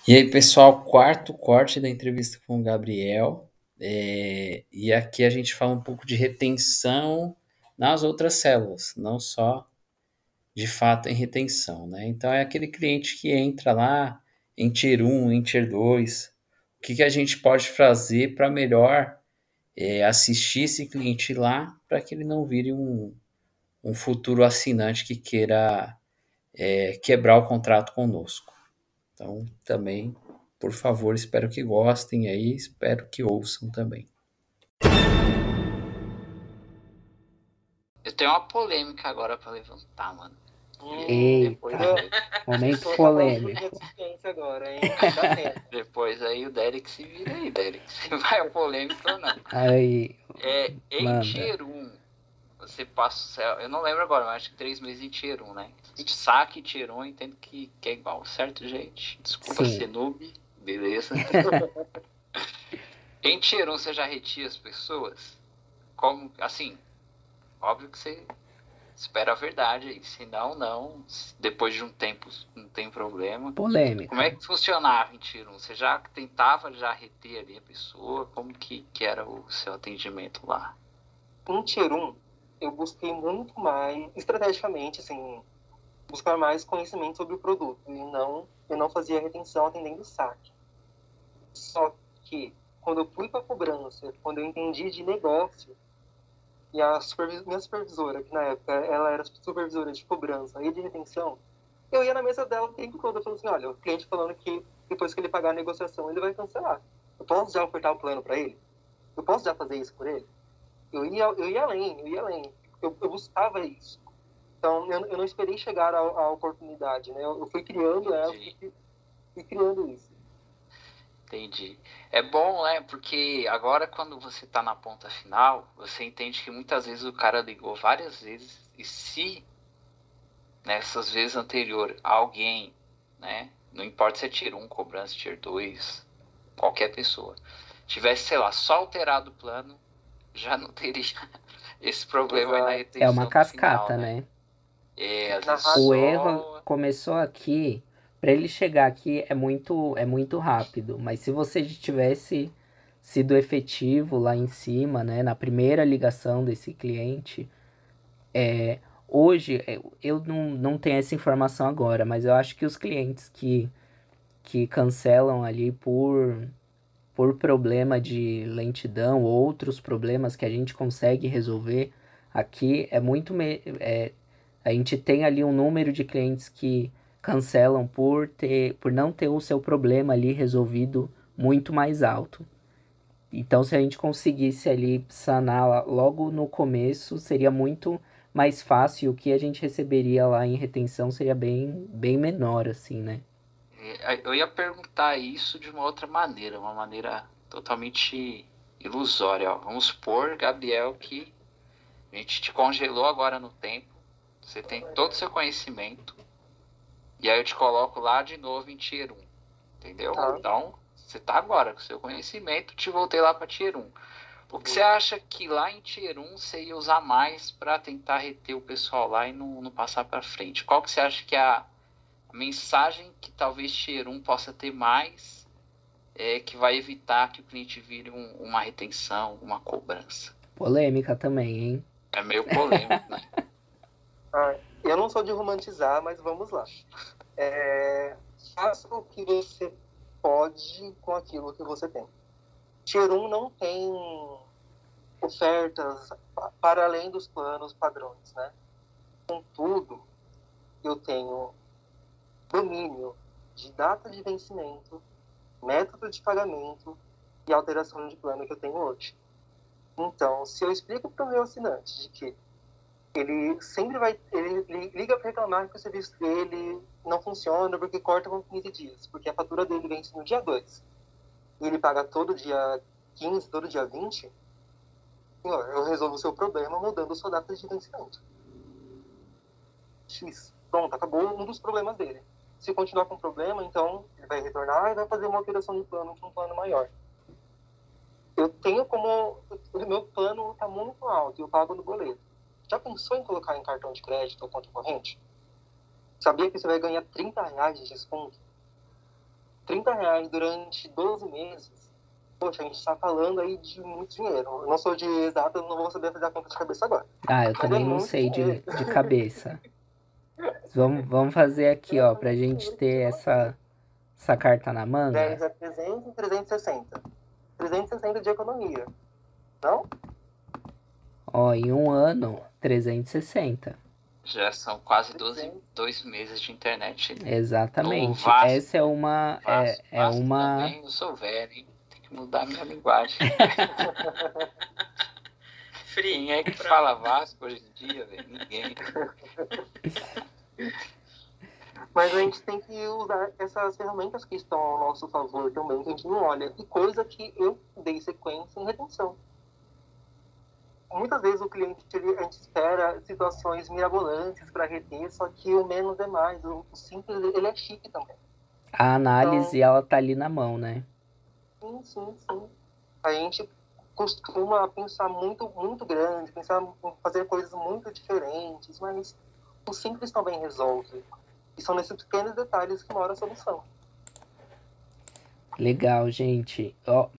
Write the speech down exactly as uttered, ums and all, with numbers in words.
E aí, pessoal, quarto corte da entrevista com o Gabriel. É, e aqui a gente fala um pouco de retenção nas outras células, não só de fato em retenção, né? Então é aquele cliente que entra lá em Tier um, em Tier dois. O que, que a gente pode fazer para melhor é, assistir esse cliente lá para que ele não vire um, um futuro assinante que queira é, quebrar o contrato conosco. Então, também, por favor, espero que gostem aí, espero que ouçam também. Eu tenho uma polêmica agora pra levantar, mano. Hum, Depois Eita, aí, momento Pessoa tá falando por polêmico. deficiência agora, hein? Dá tempo. depois aí o Derek se vira aí, Derek. Se vai a polêmica ou não. Aí, É, em manda. Tier um, você passa. Eu não lembro agora, mas acho que três meses em Tier um, né? Saque Tier um, eu entendo que, que é igual, certo, gente? Desculpa Sim. ser noob, beleza? Em Tier um você já retia as pessoas? Como, assim, óbvio que você espera a verdade aí, se não, não. Depois de um tempo não tem problema. Polêmica. Como é que funcionava em Tier um? Você já tentava já reter ali a pessoa? Como que, que era o seu atendimento lá? Em Tier um, eu busquei muito mais, estrategicamente, assim, buscar mais conhecimento sobre o produto. E não, eu não fazia retenção atendendo saque. Só que, quando eu fui para a cobrança, quando eu entendi de negócio, e a supervis- minha supervisora, que na época ela era supervisora de cobrança e de retenção, eu ia na mesa dela o tempo todo, eu falando assim, olha, o cliente falando que depois que ele pagar a negociação, ele vai cancelar. Eu posso já ofertar o plano para ele? Eu posso já fazer isso por ele? Eu ia, eu ia além, eu ia além. Eu, eu buscava isso. Então, eu, eu não esperei chegar à, à oportunidade, né? Eu, eu fui criando ela, fui, fui criando isso. Entendi. É bom, né? Porque agora quando você tá na ponta final, você entende que muitas vezes o cara ligou várias vezes e se nessas vezes anteriores alguém, né? Não importa se é tier um, cobrança, tier dois, qualquer pessoa, tivesse, sei lá, só alterado o plano, já não teria esse problema aí na Exato. É uma retenção no final, cascata, né? né? É, às Na vezes O rádio, erro só. começou aqui, para ele chegar aqui é muito, é muito rápido, mas se você tivesse sido efetivo lá em cima, né, na primeira ligação desse cliente, é, hoje é, eu não, não tenho essa informação agora, mas eu acho que os clientes que, que cancelam ali por, por problema de lentidão ou outros problemas que a gente consegue resolver aqui é muito me- é, a gente tem ali um número de clientes que cancelam por ter, por não ter o seu problema ali resolvido muito mais alto. Então, se a gente conseguisse ali sanar lá logo no começo, seria muito mais fácil. O que a gente receberia lá em retenção seria bem, bem menor, assim, né? É, eu ia perguntar isso de uma outra maneira, uma maneira totalmente ilusória. Ó. Vamos supor, Gabriel, que a gente te congelou agora no tempo, você tem todo o seu conhecimento, e aí eu te coloco lá de novo em Tier um, entendeu? tá? Então, você tá agora com o seu conhecimento, te voltei lá para Tier um. O que você acha que lá em Tier um você ia usar mais para tentar reter o pessoal lá e não, não passar para frente? Qual que você acha que é a mensagem que talvez Tier um possa ter mais, é, que vai evitar que o cliente vire um, uma retenção, uma cobrança? Polêmica também, hein? É meio polêmico, né? Ah, eu não sou de romantizar, mas vamos lá. É, faça o que você pode com aquilo que você tem. Tier um não tem ofertas para além dos planos padrões, né? Contudo, eu tenho domínio de data de vencimento, método de pagamento e alteração de plano que eu tenho hoje. Então, se eu explico para o meu assinante de que ele sempre vai, ele liga para reclamar que o serviço dele não funciona porque corta com quinze dias, porque a fatura dele vence no dia dois e ele paga todo dia quinze, todo dia vinte, eu resolvo o seu problema mudando sua data de vencimento. X. Pronto, acabou um dos problemas dele. Se continuar com problema, então ele vai retornar e vai fazer uma alteração de plano para um plano maior. Eu tenho como... O meu plano está muito alto e eu pago no boleto. Já pensou em colocar em cartão de crédito ou conta corrente? Sabia que você vai ganhar trinta reais de desconto? trinta reais durante doze meses, poxa, a gente está falando aí de muito dinheiro. Eu não sou de exato, eu não vou saber fazer a conta de cabeça agora. Ah, eu Mas também é não muito sei de, dinheiro. de cabeça. Vamos, vamos fazer aqui, É ó, muito pra gente dinheiro que ter você vai essa, essa carta na manga. dez a trezentos e trezentos e sessenta. trezentos e sessenta de economia. Não? Ó, em um ano, trezentos e sessenta. Já são quase doze, dois meses de internet. No Exatamente. vasto, Essa é uma. É, vasto, é vasto uma. também, eu sou velho, hein? Tem que mudar minha linguagem. Quem é que fala Vasco hoje em dia, velho? Ninguém. Mas a gente tem que usar essas ferramentas que estão ao nosso favor também, que a gente não olha. E coisa que eu dei sequência em retenção. Muitas vezes o cliente, ele, a gente espera situações mirabolantes para reter, só que o menos é mais. O simples, ele é chique também. A análise, Então, ela tá ali na mão, né? sim, sim, sim. A gente costuma pensar muito, muito grande, pensar em fazer coisas muito diferentes, mas o simples também resolve. E são nesses pequenos detalhes que mora a solução. Legal, gente. Ó,